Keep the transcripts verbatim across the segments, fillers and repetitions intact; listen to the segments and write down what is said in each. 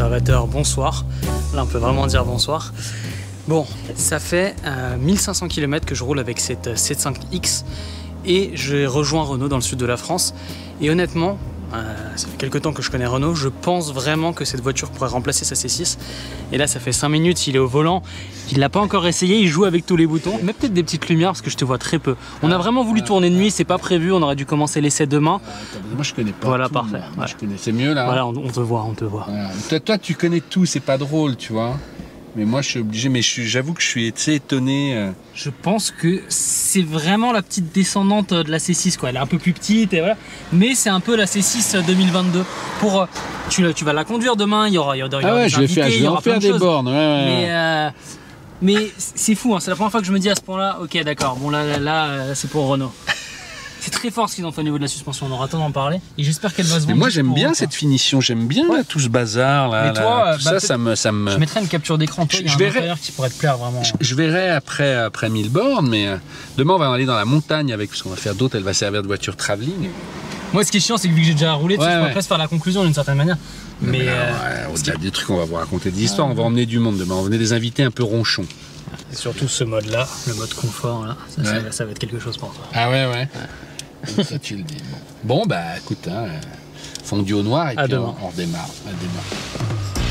observateurs, bonsoir. Là, on peut vraiment dire bonsoir. Bon, ça fait euh, mille cinq cents kilomètres que je roule avec cette C cinq X et j'ai rejoint Renault dans le sud de la France. Et honnêtement, euh, ça fait quelques temps que je connais Renault, je pense vraiment que cette voiture pourrait remplacer sa C six. Et là, ça fait cinq minutes, il est au volant, il l'a pas encore essayé, il joue avec tous les boutons. Mais peut-être des petites lumières parce que je te vois très peu. On a vraiment voulu tourner de nuit, c'est pas prévu, on aurait dû commencer l'essai demain. Moi, je connais pas. Voilà, tout, parfait. Moi, Ouais. je connais. C'est mieux là. Voilà, on, on te voit, on te voit. Voilà. Toi, toi, tu connais tout, c'est pas drôle, tu vois. Mais moi, je suis obligé, mais j'avoue que je suis étonné. Euh... Je pense que c'est vraiment la petite descendante de la C six, quoi. Elle est un peu plus petite, et voilà. Mais c'est un peu la C six deux mille vingt-deux. Pour, euh, tu, tu vas la conduire demain, il y aura, il y aura, il y aura ah ouais, des je vais invités, faire, je vais il y aura en faire plein de des choses. bornes. Ouais, ouais, mais euh, mais c'est fou, hein. C'est la première fois que je me dis à ce point-là, ok, d'accord, bon là, là, là, là c'est pour Renault. C'est très fort ce qu'ils ont fait au niveau de la suspension, on aura le temps d'en parler. Et j'espère qu'elle va se vendre. Mais moi j'aime bien pour, cette finition, j'aime bien ouais. là, tout ce bazar là. Mais toi, là, tout bah, ça, ça me, ça me. Je mettrai une capture d'écran, toi, il y a je un verrai... intérieur qui pourrait te plaire vraiment. Je, je verrai après, après mille bornes, mais euh, demain on va aller dans la montagne avec, parce qu'on va faire d'autres, elle va servir de voiture travelling. Moi ce qui est chiant c'est que vu que j'ai déjà roulé, ouais, tu sais, je ouais. peux presque faire la conclusion d'une certaine manière. Mais, mais euh, ouais, au-delà des trucs, on va vous raconter des histoires, on va emmener du monde demain, on va emmener des invités un peu ronchons. Et surtout ce mode là, le mode confort là, ça, ouais. ça, ça va être quelque chose pour toi. Ah ouais, ouais. ouais. Ça tu le dis. Bon, bon bah écoute, hein, fondu au noir et à puis demain. on, on redémarre. À demain.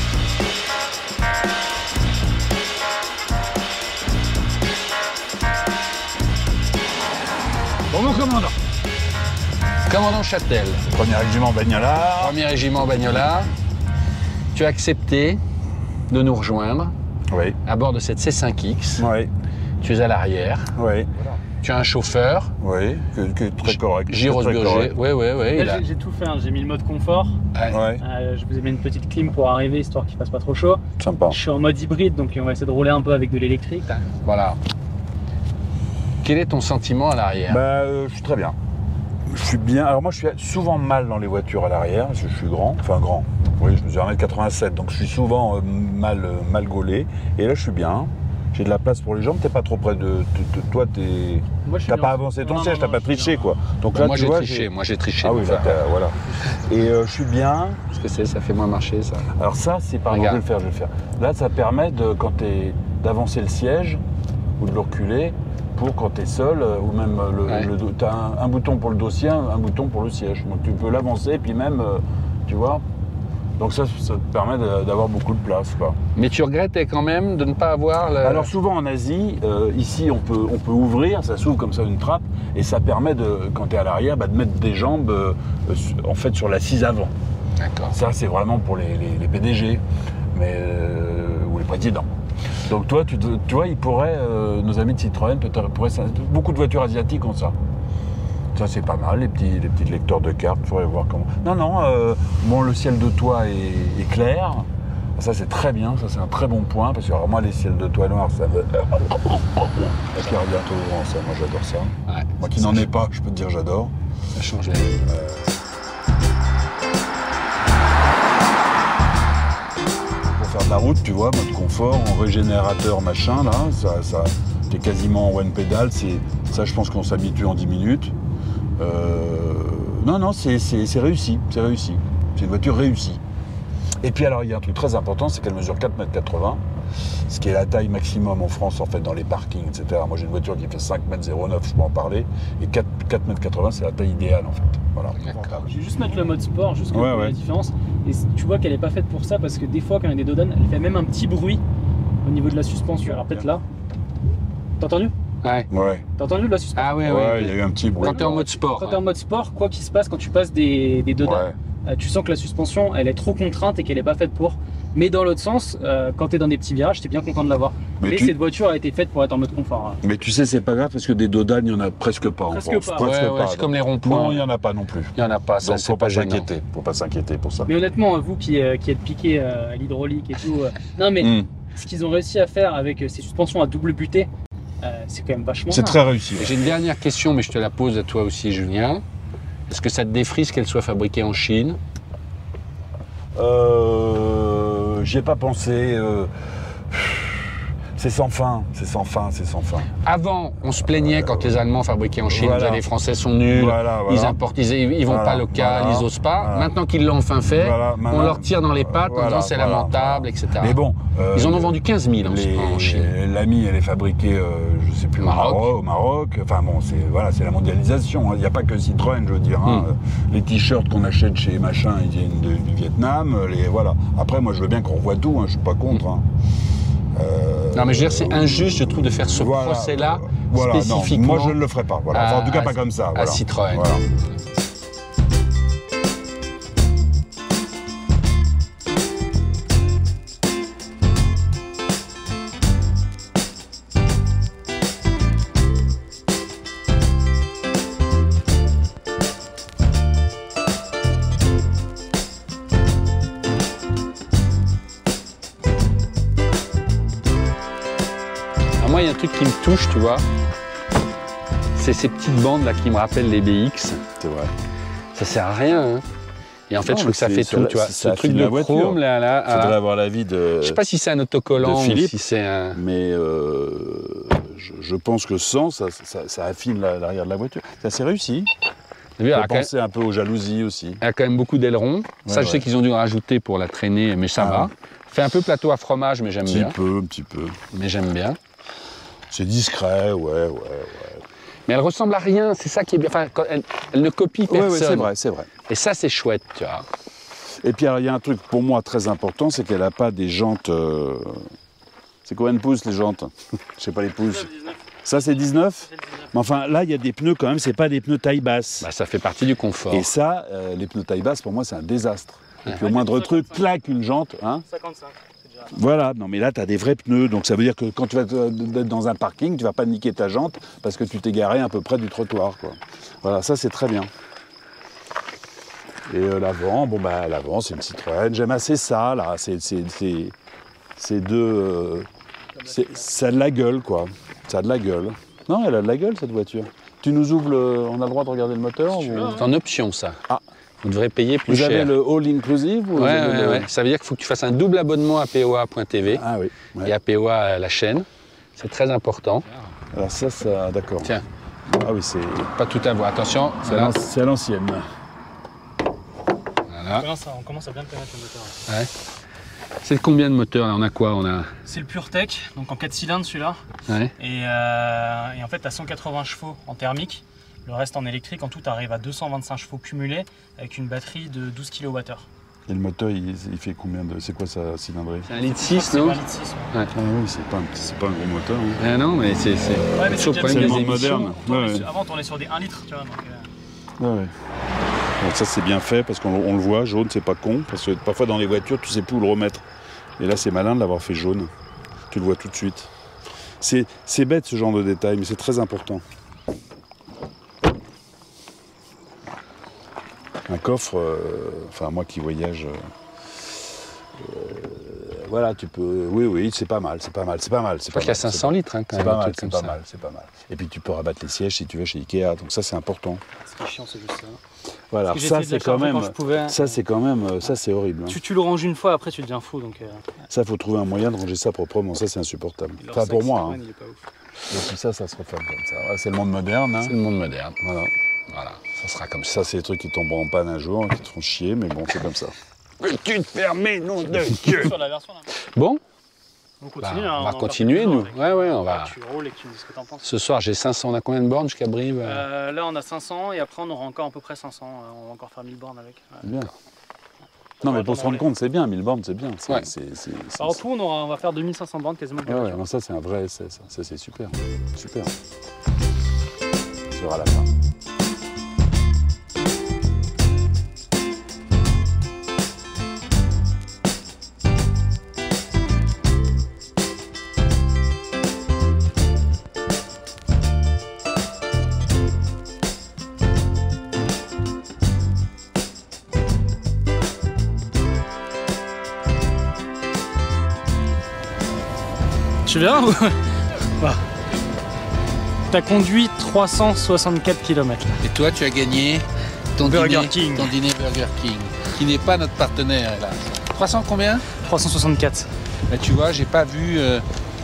Bon, mon commandant. Commandant Châtel. Premier régiment Bagnola. Premier régiment Bagnola. Tu as accepté de nous rejoindre Oui. à bord de cette C cinq X. Oui. Tu es à l'arrière. Oui. Tu as un chauffeur. Oui, que, que très correct. Gyros Burger. Oui, oui, oui. Là, j'ai tout fait, hein. J'ai mis le mode confort. Ouais. Ouais. Euh, je vous ai mis une petite clim pour arriver, histoire qu'il fasse pas trop chaud. Sympa. Je suis en mode hybride, donc on va essayer de rouler un peu avec de l'électrique. Voilà. Quel est ton sentiment à l'arrière? Bah, euh, je suis très bien. Je suis bien. Alors moi, je suis souvent mal dans les voitures à l'arrière, parce que je suis grand. Enfin, grand. Oui, je mesure un mètre quatre-vingt-sept, donc je suis souvent euh, mal, euh, mal gaulé. Et là, je suis bien. J'ai de la place pour les jambes, t'es pas trop près de, de, de toi, t'es. T'as pas avancé ton siège, t'as pas triché quoi. Donc bon, là, moi tu j'ai vois, triché, moi j'ai triché. Ah oui, là, voilà. Et euh, je suis bien. Qu'est-ce que c'est? Ça fait moins marcher ça. Alors ça, c'est pardon, je vais le faire, je vais le faire. Là, ça permet de, quand t'es, d'avancer le siège ou de le reculer pour quand t'es seul euh, ou même le, ouais. le t'as un, un bouton pour le dossier, un bouton pour le siège. Donc tu peux l'avancer, puis même, euh, tu vois. Donc ça, ça te permet d'avoir beaucoup de place, quoi. Mais tu regrettais quand même de ne pas avoir le... Alors souvent en Asie, euh, ici on peut, on peut ouvrir, ça s'ouvre comme ça une trappe, et ça permet, de, quand tu es à l'arrière, bah, de mettre des jambes euh, en fait sur l'assise avant. D'accord. Ça c'est vraiment pour les, les, les P D G mais, euh, ou les présidents. Donc toi, tu, tu vois, ils pourraient, euh, nos amis de Citroën, peut-être, pourraient, beaucoup de voitures asiatiques ont ça. Ça c'est pas mal, les petits, les petits lecteurs de cartes, il faudrait voir comment. Non, non, euh, bon, le ciel de toit est, est clair. Ça c'est très bien, ça c'est un très bon point, parce que alors, moi les ciels de toit noirs, ça me... Avec les radiateurs ouvrants, ça, moi j'adore ça. Ouais, moi qui n'en ai pas, je peux te dire j'adore. Ça change la vie. Euh... Pour faire de la route, tu vois, mode confort, en régénérateur, machin, là, ça... ça... T'es quasiment en one pedal, ça je pense qu'on s'habitue en dix minutes. Euh, non, non, c'est réussi, c'est réussi. C'est une voiture réussie. Et puis alors, il y a un truc très important, c'est qu'elle mesure quatre mètres quatre-vingts, ce qui est la taille maximum en France, en fait, dans les parkings, et cetera. Moi, j'ai une voiture qui fait cinq mètres zéro neuf, je peux en parler, et quatre mètres quatre-vingts, c'est la taille idéale, en fait. Voilà. Je vais juste mettre le mode sport, juste pour ouais, ouais. ouais. la différence. Et tu vois qu'elle n'est pas faite pour ça, parce que des fois, quand il y a des dodanes, elle fait même un petit bruit au niveau de la suspension. Alors peut-être là. T'as entendu? Ouais. Ouais. T'as entendu de la suspension? Ah ouais, ouais. ouais. Il y a eu un petit bruit. Quand t'es en mode sport. Quand t'es en mode sport, quoi qu'il se passe, quand tu passes des, des dodanes, ouais. euh, tu sens que la suspension, elle est trop contrainte et qu'elle n'est pas faite pour. Mais dans l'autre sens, euh, quand t'es dans des petits virages, t'es bien content de l'avoir. Mais, Mais tu... cette voiture a été faite pour être en mode confort. Hein. Mais tu sais, c'est pas grave parce que des dodanes, il y en a presque pas presque en France. Pas. Presque ouais, pas. ouais, c'est comme les ronds-points. Non, il y en a pas non plus. Il y en a pas, ça c'est pas s'inquiéter. Faut pas s'inquiéter pour ça. Mais honnêtement, vous qui, euh, qui êtes piqué euh, à l'hydraulique et tout, euh, non mais mm. ce qu'ils ont réussi à faire avec ces suspensions à double butée, euh, c'est quand même vachement. C'est très réussi. J'ai une dernière question, mais je te la pose à toi aussi, Julien. Est-ce que ça te défrise qu'elle soit fabriquée en Chine? Euh, J'y ai pas pensé. Euh, C'est sans fin, c'est sans fin, c'est sans fin. Avant, on se plaignait quand les Allemands fabriquaient en Chine, Voilà. les Français sont nuls, Voilà, voilà. ils importent, ils, ils vont Voilà, pas local, voilà, ils osent pas. voilà. Maintenant qu'ils l'ont enfin fait, Voilà, on maintenant- leur tire dans les pattes en Voilà, disant c'est voilà, lamentable, voilà. et cetera. Mais bon, euh, Ils en ont vendu quinze mille en, les- en Chine. L'Ami, elle est fabriquée, euh, je sais plus, au Maroc. Maroc. Au Maroc. Enfin bon, c'est voilà, c'est la mondialisation. Il n'y a pas que Citroën, je veux dire. hein. Mm. Les t-shirts qu'on achète chez machin, ils viennent de- du Vietnam. Les, voilà. Après, moi, je veux bien qu'on revoie tout. Hein, je suis pas contre. hein. Euh, Non mais je veux dire, c'est injuste, je trouve, de faire ce voilà, procès-là voilà, non, spécifiquement. moi, je ne le ferai pas. Voilà. Enfin, en tout cas, à- pas comme ça. à Voilà. Citroën. Voilà. Alors moi, il y a un truc qui me touche, tu vois. C'est ces petites bandes là qui me rappellent les B X. C'est vrai. Ça sert à rien. Hein. Et en fait, Non, je trouve mais que ça c'est- fait c'est tout, la- tu vois. ça Ce affine truc la de voiture. chrome là, là. Il faudrait ah. avoir l'avis de. Je sais pas si c'est un autocollant de ou Philippe. si c'est un. Mais euh, je, je pense que sans, ça, ça, ça affine la- l'arrière de la voiture. C'est assez réussi. T'as vu, Il elle faut a quand même- penser un peu aux jalousies aussi. elle a quand même beaucoup d'ailerons. ça, je ouais. sais qu'ils ont dû en rajouter pour la traîner, mais ça Ah. va. Fait un peu plateau à fromage, mais Un j'aime petit bien. peu, un petit peu. Mais j'aime bien. C'est discret, ouais, ouais, ouais. Mais elle ressemble à rien, c'est ça qui est bien. Enfin, quand elle, elle ne copie Ouais, personne. ouais, c'est vrai, c'est vrai. Et ça, c'est chouette, tu vois. Et puis alors, il y a un truc pour moi très important, c'est qu'elle n'a pas des jantes. euh, C'est combien de pouces les jantes? Je sais pas les pouces. Ça c'est dix-neuf. Mais enfin là, il y a des pneus quand même, c'est pas des pneus taille basse. Bah, ça fait partie du confort. Et ça, euh, les pneus taille basse, pour moi, c'est un désastre. Et puis au moindre truc, claque une jante. Hein. cinquante-cinq, c'est déjà. Voilà, non mais là tu as des vrais pneus, donc ça veut dire que quand tu vas te- être dans un parking, tu vas pas niquer ta jante parce que tu t'es garé à peu près du trottoir. Quoi. Voilà, ça c'est très bien. Et euh, l'avant, bon bah l'avant c'est une Citroën, j'aime assez ça là, c'est c'est- c'est- c'est deux... euh, c'est- ça a de la gueule quoi, ça a de la gueule. Non, elle a de la gueule cette voiture. Tu nous ouvres le... On a le droit de regarder le moteur ou- C'est en option, ça. Ah. Vous devrez payer plus Vous cher. avez le all inclusive ou vous Ouais, avez ouais, le- ouais. Ça veut dire qu'il faut que tu fasses un double abonnement à P O A point T V Ah oui. ouais. et à P O A à la chaîne. C'est très important. Alors ça, ça d'accord. Tiens, Ah oui, c'est pas tout à voir. Attention, c'est à là. l'an- c'est à l'ancienne. Voilà. On commence, à, on commence à bien connaître le moteur. là. Ouais. C'est combien de moteurs là? On a quoi? On a. C'est le PureTech, donc en quatre cylindres celui-là. Ouais. Et, euh, et en fait, tu as cent quatre-vingts chevaux en thermique. Le reste en électrique. En tout, tu arrives à deux cent vingt-cinq chevaux cumulés avec une batterie de douze kilowattheures. Et le moteur, il, il fait combien de... C'est quoi sa cylindrée? C'est un litre six, C'est non? vingt litres six, ouais. Ah oui, c'est pas, un petit- c'est pas un gros moteur. hein. Ah non, mais c'est. c'est- Ouais, mais Sauf c'est pour déjà une tellement des émissions. moderne. On tournait Ouais, sur- Avant, on tournait sur des un litre, tu vois. Donc, euh, Ouais, ouais. Donc ça, c'est bien fait parce qu'on on le voit, jaune, c'est pas con. Parce que parfois, dans les voitures, tu sais plus où le remettre. Et là, c'est malin de l'avoir fait jaune. Tu le vois tout de suite. C'est c'est bête, ce genre de détail, mais c'est très important. Un coffre, euh, enfin, moi qui voyage... euh, euh, voilà, tu peux... Oui, oui, c'est pas mal, c'est pas mal, c'est pas mal. Je crois qu'il y a cinq cents litres hein, quand C'est même. un pas mal, truc c'est comme pas ça. mal, c'est pas mal. Et puis tu peux rabattre les sièges si tu veux chez Ikea, donc ça c'est important. ce qui est chiant, c'est juste ça. Voilà, Parce que ça j'essayais de la c'est quand charger même, quand je pouvais. ça c'est quand même, euh, ça c'est horrible. hein. Tu, tu le ranges une fois, après tu deviens fou. Donc, euh, Ça faut trouver un moyen de ranger ça proprement, ça c'est insupportable. leur Enfin sac pour moi. Citroën, hein. il est pas ouf. Et puis ça, ça se referme comme ça. Ouais, c'est le monde moderne. hein. C'est le monde moderne. Voilà. Voilà, ça sera comme ça. Ça c'est des trucs qui tomberont en panne un jour, qui te font chier, mais bon c'est comme ça. Peux-tu te fermer, nom de Dieu? Sur la version là. Bon, On bah, continue. hein, on va en continuer parle nous. plus Ouais, ouais, on avec- va. Tu roules et que tu me dis ce que t'en penses. Ce soir, j'ai cinq cents. On a combien de bornes jusqu'à Brive? Euh, là, on a cinq cents et après, on aura encore à peu près cinq cents. euh, On va encore faire mille bornes avec. Ouais. C'est bien. Non mais pour se rendre compte, c'est bien, mille bornes, c'est bien. C'est, Ouais. c'est, c'est, c'est- Alors, en tout, on, aura, on va faire deux mille cinq cents bornes quasiment. avec Ouais, la ouais, voiture. non, ça c'est un vrai essai, ça, ça c'est super. Super. Tu verras la fin. Tu viens ou... Bah. T'as conduit trois cent soixante-quatre kilomètres. Et toi, tu as gagné ton Burger dîner, King. ton dîner Burger King, qui n'est pas notre partenaire, là. trois cents combien? trois cent soixante-quatre. Bah, tu vois, j'ai pas vu euh,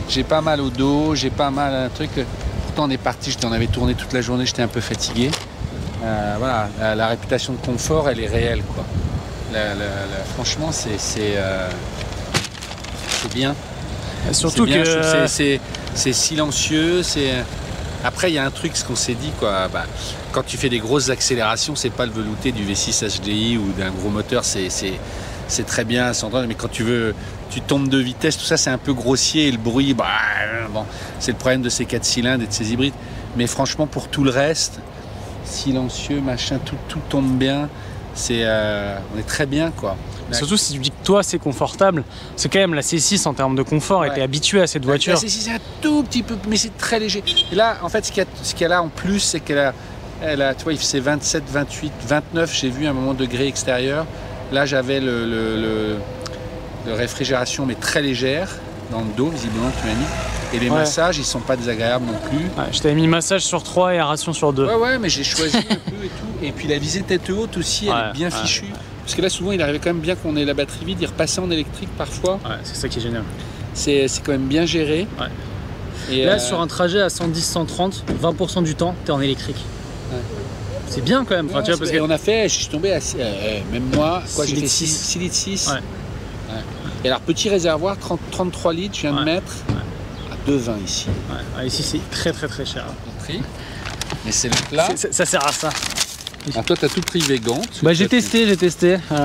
j'ai pas mal au dos, j'ai pas mal à un truc. Pourtant on est parti, on avait tourné toute la journée, j'étais un peu fatigué. Euh, voilà, la, la réputation de confort, elle est réelle, quoi. La, la, la, franchement, c'est euh, bien. Et surtout bien, que c'est silencieux. C'est après il y a un truc, ce qu'on s'est dit, quoi. Bah, quand tu fais des grosses accélérations, c'est pas le velouté du V six H D I ou d'un gros moteur, c'est c'est très bien, mais quand tu veux, tu tombes de vitesse, tout ça, c'est un peu grossier et le bruit, bah, bon, c'est le problème de ces quatre cylindres et de ces hybrides. Mais franchement, pour tout le reste, silencieux, machin, tout, tout tombe bien. C'est, euh, on est très bien, quoi. Surtout si tu dis que toi c'est confortable, c'est quand même la C six en termes de confort, ouais. Et t'es habitué à cette voiture. La C six c'est un tout petit peu, mais c'est très léger. Et là, en fait, ce qu'il y, qu y a là en plus, c'est qu'elle a, elle a, tu vois, il fait vingt-sept, vingt-huit, vingt-neuf, j'ai vu à un moment degré extérieur. Là, j'avais le, le, le, le réfrigération, mais très légère, dans le dos, visiblement, tu m'as mis. Et les ouais. massages, ils sont pas désagréables non plus. Ouais, je t'avais mis massage sur trois et aération sur deux. Ouais, ouais, mais j'ai choisi un peu et tout. Et puis la visée tête haute aussi, elle ouais, est bien ouais. fichue. Parce que là, souvent, il arrivait quand même bien qu'on ait la batterie vide, il repassait en électrique parfois. Ouais, c'est ça qui est génial. C'est quand même bien géré. Ouais. Et là, euh... sur un trajet à cent dix, cent trente, vingt pour cent du temps, t'es en électrique. Ouais. C'est bien quand même. Enfin, ouais, tu vois, parce que... on a fait, je suis tombé à, euh, même moi, quoi, j'ai fait six litres six. Ouais. Ouais. Et alors, petit réservoir, trente, trente-trois litres, je viens ouais. de mettre. Ouais. deux vingt ici. Ouais. Ici c'est très très très cher. Mais c'est là. Ça sert à ça. Alors toi t'as tout pris végan. Bah j'ai testé, j'ai testé. Voilà.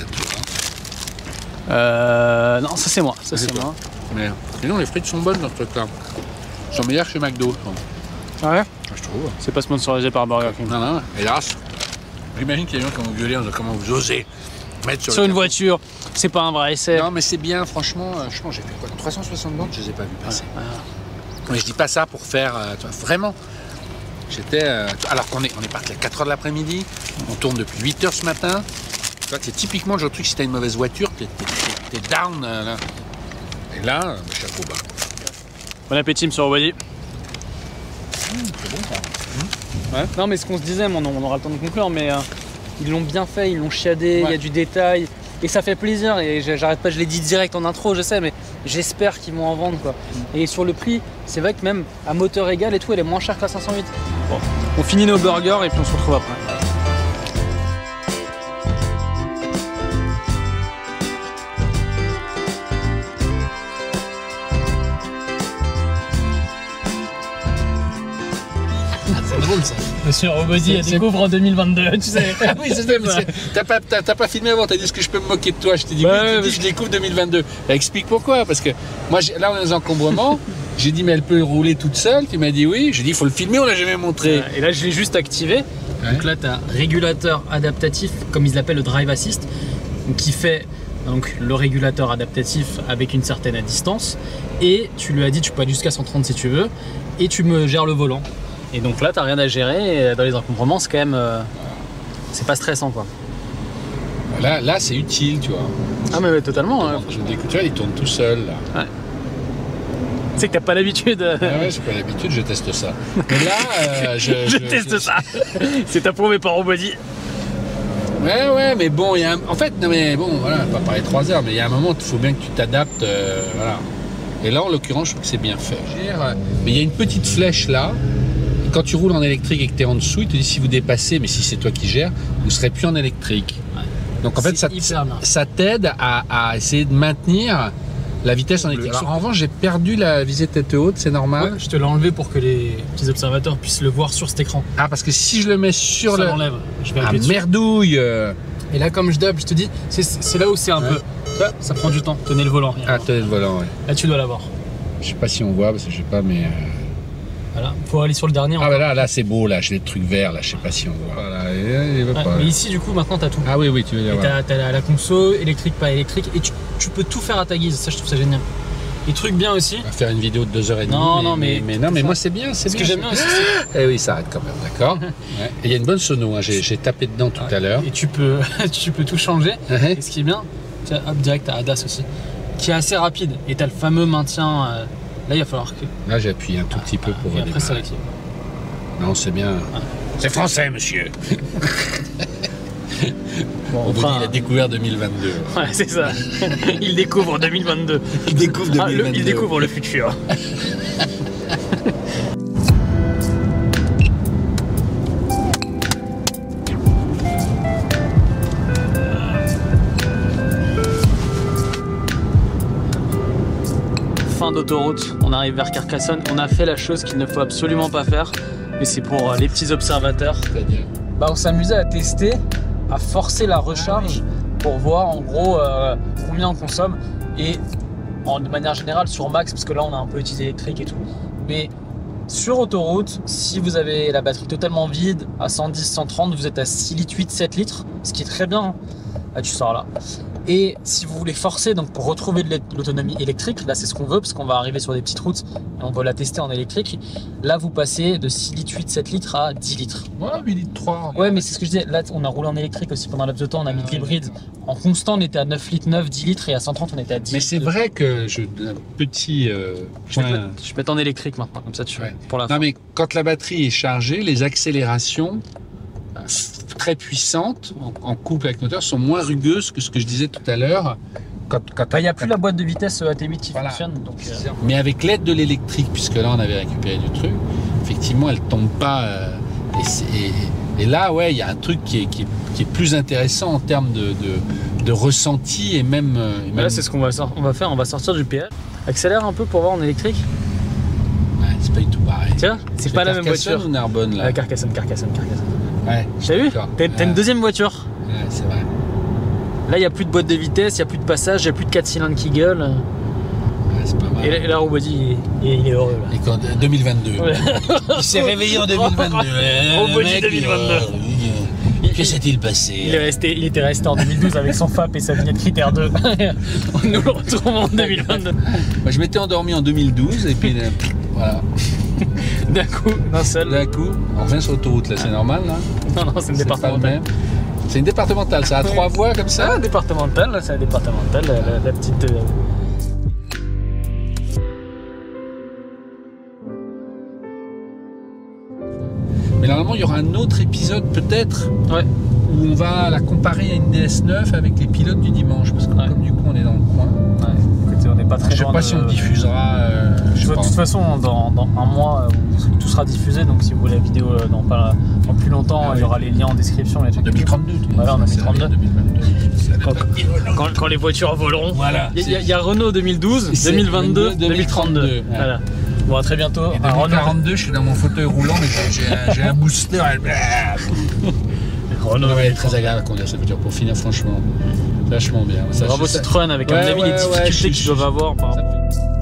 Euh, non ça c'est moi. Ça c'est moi. Mais sinon les frites sont bonnes dans ce truc là. Elles sont meilleures chez McDo. Ah ouais. Je trouve. C'est pas sponsorisé par Burger King. Non non. Hélas. J'imagine qu'il y a des gens qui vont gueuler en disant comment vous osez mettre sur, sur une voiture. C'est pas un vrai essai. Non mais c'est bien franchement. Euh, je pense j'ai fait quoi trois cent soixante bandes, je les ai pas vus passer. Ah. Mais je dis pas ça pour faire euh, tu vois, vraiment. J'étais euh, alors qu'on est on est parti à quatre heures de l'après-midi. On tourne depuis huit heures ce matin. Tu vois c'est typiquement le genre de truc si t'as une mauvaise voiture, t'es es, es down euh, là. Et là, euh, chapeau bas. Bon appétit monsieur Robody. Mmh, c'est bon ça. Mmh. Ouais. Non mais ce qu'on se disait, on aura le temps de conclure, mais euh, ils l'ont bien fait, ils l'ont chiadé, il ouais. y a du détail. Et ça fait plaisir, et j'arrête pas, je l'ai dit direct en intro, je sais, mais j'espère qu'ils vont en vendre quoi. Mm. Et sur le prix, c'est vrai que même à moteur égal et tout, elle est moins chère que la cinq cent huit. Bon. On finit nos burgers et puis on se retrouve après. C'est drôle ça. Monsieur Robody a découvre en deux mille vingt-deux, tu sais. Ah oui, c'est ça. T'as pas, pas filmé avant, t'as dit est-ce que je peux me moquer de toi. Je t'ai dit bah, oui, ouais, dit, je découvre deux mille vingt-deux. Bah, explique pourquoi. Parce que moi, là, on est dans les encombrements. J'ai dit, mais elle peut rouler toute seule. Tu m'as dit oui. J'ai dit, il faut le filmer, on l'a jamais montré. Et là, je l'ai juste activé. Ouais. Donc là, tu as régulateur adaptatif, comme ils l'appellent le Drive Assist, qui fait donc, le régulateur adaptatif avec une certaine distance. Et tu lui as dit, tu peux aller jusqu'à cent trente si tu veux. Et tu me gères le volant. Et donc là, t'as rien à gérer, et dans les encombrements, c'est quand même... Euh, c'est pas stressant, quoi. Là, là c'est utile, tu vois. Ah mais, mais totalement. Hein. Je dis, tu vois, il tourne tout seul, là. Ouais. Tu sais que t'as pas l'habitude. Ah ouais, j'ai pas l'habitude, je teste ça. Mais là, euh, je, je... Je teste je... ça. C'est approuvé par Robody. Ouais, ouais, mais bon, il y a un... En fait, non mais bon, voilà, pas parler trois heures, mais il y a un moment, il faut bien que tu t'adaptes, euh, voilà. Et là, en l'occurrence, je trouve que c'est bien fait. Mais il y a une petite flèche là. Quand tu roules en électrique et que tu es en dessous, il te dit si vous dépassez, mais si c'est toi qui gères, vous ne serez plus en électrique. Ouais. Donc en fait, ça, ça t'aide à, à essayer de maintenir la vitesse en électrique. Alors, en revanche, j'ai perdu la visée tête haute, c'est normal. Ouais, je te l'ai enlevé pour que les petits observateurs puissent le voir sur cet écran. Ah, parce que si je le mets sur ça le... l'enlève. Je vais ah, merdouille. Et là, comme je dub, je te dis, c'est là où c'est un ouais. peu... Ça, ça prend du temps. Tenez le volant. Ah, tenez le volant, ouais. Là, tu dois l'avoir. Je sais pas si on voit, parce que je sais pas, mais... Euh... Voilà, faut aller sur le dernier. Ah bah là, là c'est beau, là, j'ai des trucs verts, là, je sais pas si on voit. Voilà, il, il veut ouais, pas, mais ici, du coup, maintenant, t'as tout. Ah oui, oui, tu veux dire. T'as ouais. la, la conso, électrique, pas électrique, et tu, tu peux tout faire à ta guise, ça, je trouve ça génial. Et truc bien aussi. On va faire une vidéo de deux heures et demie. Non, mais, non, mais. Mais, mais non, mais moi, c'est bien, c'est bien. Ce que j'aime bien aussi, c'est. Eh oui, ça arrête quand même, d'accord. Ouais. Et il y a une bonne sono, hein. J'ai tapé dedans tout ouais. à l'heure. Et tu peux, tu peux tout changer. Uh-huh. Et ce qui est bien, tu as hop, direct, t'as A D A S aussi, qui est assez rapide. Et t'as le fameux maintien. Euh... Là, il va falloir que. Là, j'ai appuyé un tout ah, petit peu pour. Et après, ça l'active. Non, c'est bien. Ah. C'est français, monsieur. Bon, On vous dit, enfin, il a découvert deux mille vingt-deux. ouais, c'est ça. Il découvre deux mille vingt-deux. Il découvre deux mille vingt-deux. Ah, le- il découvre le futur. Fin d'autoroute, on arrive vers Carcassonne. On a fait la chose qu'il ne faut absolument pas faire, mais c'est pour euh, les petits observateurs. C'est-à-dire Bah, on s'amusait à tester, à forcer la recharge pour voir en gros euh, combien on consomme et en, de manière générale sur max, parce que là on a un peu utilisé électrique et tout. Mais sur autoroute, si vous avez la batterie totalement vide à cent dix cent trente, vous êtes à six litres huit sept litres, ce qui est très bien. Là tu sors là. Et si vous voulez forcer, donc pour retrouver de l'autonomie électrique, là c'est ce qu'on veut parce qu'on va arriver sur des petites routes et on veut la tester en électrique. Là vous passez de six litres huit sept litres à dix litres. Ouais, huit litres trois. Ouais, mais c'est ce que je disais. Là, on a roulé en électrique aussi pendant laps de temps. On a mis de l'hybride. En constant, on était à neuf litres neuf, dix litres et à cent trente, on était à dix. Mais c'est litres. vrai que je, un petit euh, Je vais, te point. mettre, je vais te mettre en électrique maintenant, comme ça tu Ouais. pour la Non fin. mais quand la batterie est chargée, les accélérations euh, très puissantes en, en couple avec le moteur sont moins rugueuses que ce que je disais tout à l'heure. Quand, quand, Bah, il n'y a plus la boîte de vitesse A T huit qui Voilà. fonctionne. Donc, euh, Mais avec l'aide de l'électrique, puisque là on avait récupéré du truc, effectivement elle tombe pas. euh, et, c'est- et- et là, ouais, il y a un truc qui est, qui est, qui est plus intéressant en termes de, de, de ressenti et même. euh, et là, même- c'est ce qu'on va, sor- on va faire. On va sortir du péage. Accélère un peu pour voir en électrique. Ouais, c'est pas du tout pareil. Tiens, c'est pas la même Carcassonne voiture. ou Narbonne là Ah, Carcassonne, Carcassonne, Carcassonne. Ouais. T'as vu? D'accord. T'as t'as une Ouais. deuxième voiture. Ouais, c'est vrai. Là, il n'y a plus de boîte de vitesse, il n'y a plus de passage, il n'y a plus de quatre cylindres qui gueulent. Ouais, c'est pas mal. Et là, et là Robody, il, est- il est heureux. Là. Et quand, deux mille vingt-deux. Ouais. Il s'est réveillé en deux mille vingt-deux. Au Le bout du mec, deux mille vingt-deux. euh, euh, Que s'est-il passé Il, est resté, il était resté en deux mille douze avec son F A P et sa vignette critère deux. Nous le retrouvons en deux mille vingt-deux. Moi, je m'étais endormi en deux mille douze et puis euh, voilà. D'un coup, d'un seul. D'un coup, on revient sur l'autoroute là, c'est normal là. Non, non, c'est une C'est pas le départementale. même. C'est une départementale, ça a trois voies comme Ça, ça. la départementale, c'est la départementale, la, la- la petite. euh, Mais normalement, il y aura un autre épisode peut-être Ouais. où on va la comparer à une D S neuf avec les pilotes du dimanche. Parce que Ouais. comme du coup on est dans le coin, Ouais. Écoutez, on n'est pas très je sais loin pas de- si on le diffusera. euh, je sais De pas. toute façon, dans, dans un mois, euh, tout sera diffusé. Donc, si vous voulez la vidéo euh, dans, pas, dans plus longtemps, Ah il y oui. aura les liens en description. Les trucs. deux mille trente-deux. tu Voilà, on a C'est mis trente-deux. deux mille vingt-deux. Ça Quand, dépend qui vole. quand, quand les voitures voleront. Voilà. Il y, a- il y a Renault deux mille douze, C'est deux mille vingt-deux, deux mille trente-deux. deux mille trente-deux. Ouais. Voilà. Bon, à très bientôt. Et Un Renault- deux mille quarante-deux, je suis dans mon fauteuil roulant, mais j'ai- j'ai un- j'ai un booster. Renault. Ouais, elle est très agréable à conduire cette voiture. Pour finir, franchement, vachement bien. Ça, Bravo je- ça- Citroën avec Ouais, à mon avis ouais, les ouais, difficultés je- qu'ils je- doivent avoir par ça rapport. fait-